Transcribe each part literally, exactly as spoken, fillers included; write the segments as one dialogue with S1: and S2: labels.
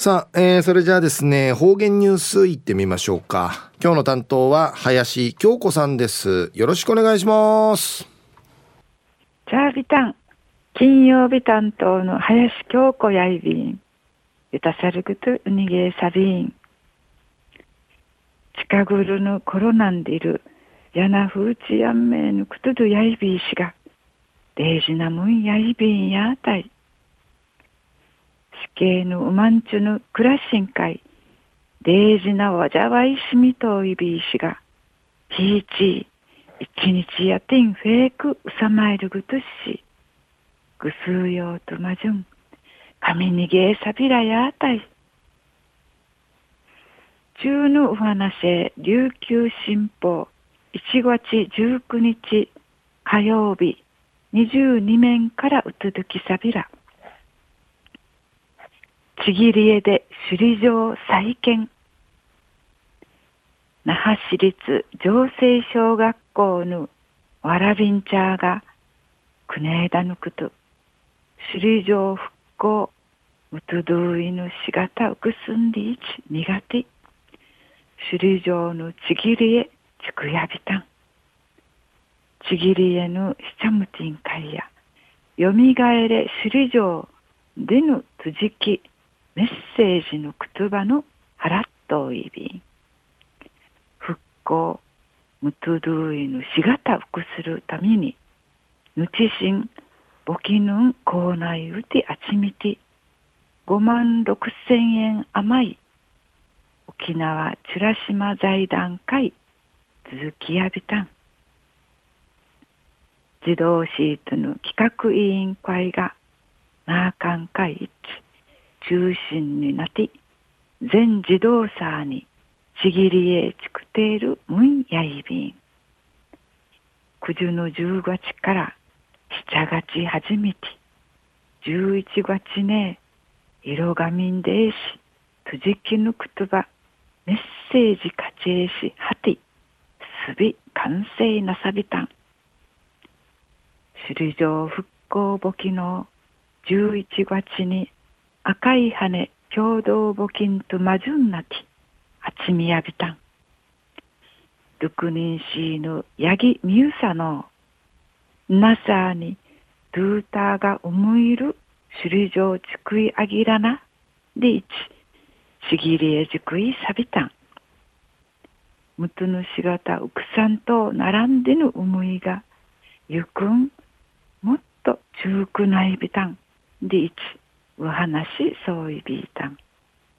S1: さあ、えー、それじゃあですね、方言ニュースいってみましょうか。今日の担当は林京子さんです。よろしくお願いします。
S2: チャービタン金曜日担当の林京子やいびんゆたさるぐとうにげさびん近ぐるのコロナンでいるやなふうちやんめいぬくとどやいびいしがデージなむんやいびんやたい死刑のうまんちゅぬくらしんかいデージなわじゃわいしみといびいしがひいち一日やてんフェイクうさまえるぐとしぐすうようとまじゅん神にげえさびらやあたい中のお話琉球新報いちがつじゅうくにち火曜日にじゅうにめんからうつづきさびらちぎりえで首里城再建那覇市立城西小学校のわらびんちゃーがくねえだぬくと首里城復興うとどいのしがたうくすんりいち苦手首里城のちぎりえちくやびたんちぎりえのしちゃむてんかいやよみがえれ首里城でのつじきメッセージのくとばのはらっといびん復興むとどいのしがたうくするためにぬちしんぼきぬんこうないうてあちみてごまんろくせんえん余い沖縄美ら島財団会続きやびたん自動シートの企画委員会がなあかん会一中心になって全自動車にちぎりえちくているむんやいびんくじゅのじゅうがつからしちがつはじめてじゅういちがつね色がみんでえしとじきぬくとばメッセージかちえしはてすび完成なさびたん首里城復興簿記のじゅういちがつに赤い羽共同募金とまじゅんなきあちみやびたんルクニンシーのヤギミユサのなさにドゥーターが思いる首里城ちくいあぎらなでいちちぎりえじくいさびたんむとぬしがたうくさんと並んでぬ思いがゆくんもっと中くないびたんでいちう話そういびいたん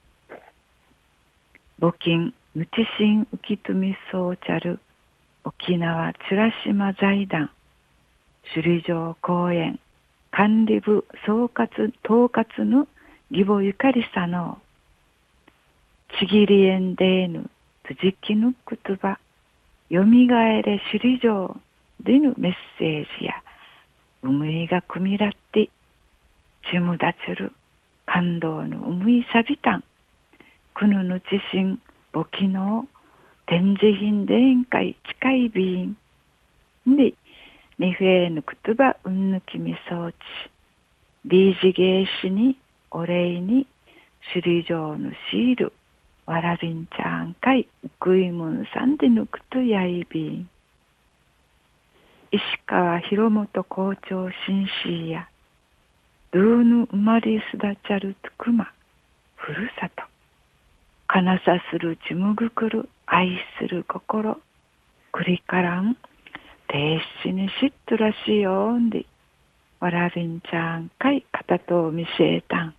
S2: 募金ぬちしんうきとみそうちゃる沖縄美ら島財団首里城公園管理部総括統括の義母ゆかりさのちぎりえんでーぬつじきぬくとばよみがえれ首里城でぬメッセージやうむいがくみらってちむだつる感動のうむいさびたんくぬぬちしんぼきの展示品でんかい近いびんでにふえぬくとばうんぬきみそうちビージゲーシにお礼に首里城のシールわらびんちゃんかいうくいむんさんでぬくとやいびん石川広本校長新市やドゥーヌ生まれすだちゃるつくまふるさとかなさするちむぐくる愛する心くりからんてっしにしっとらしよんでわらびんちゃんかいかたとみせえたん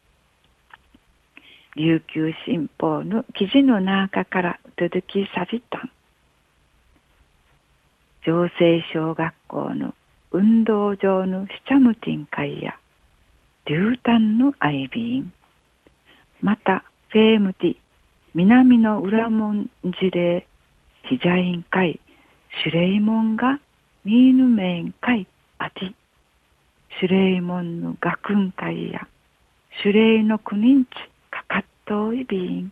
S2: 琉球新報の記事の中から届きさびたん城西小学校の運動場のしちゃむてんかいや竜丹のアイビンまたフェームティ南の裏門事例ヒジャイン会シュレイモンがミーヌメン会アティシュレイモンの学訓会やシュレイの国んちかかっといびん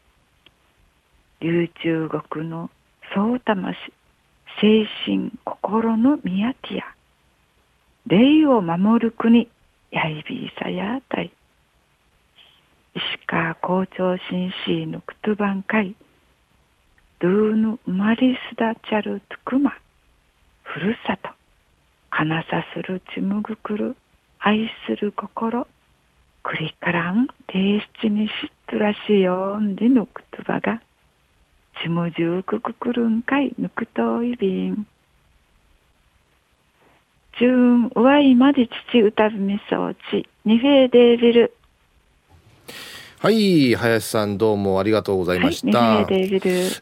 S2: 琉中国の総魂精神心の宮ティア霊を守る国やいびいさやたい石川校長紳士のくとばんかい、ドゥーヌ生まれすだちゃるとくま、ふるさと、かなさするちむぐくる、愛する心、くりからん提出にしっとらしよんでのくとばが、ちむじゅうくくくるんかいぬくといびん。じゅんうわいまで父歌ぶみそうち、にフェーデービル。
S1: はい、林さんどうもありがとうございました。
S2: はい、にフェーデービル。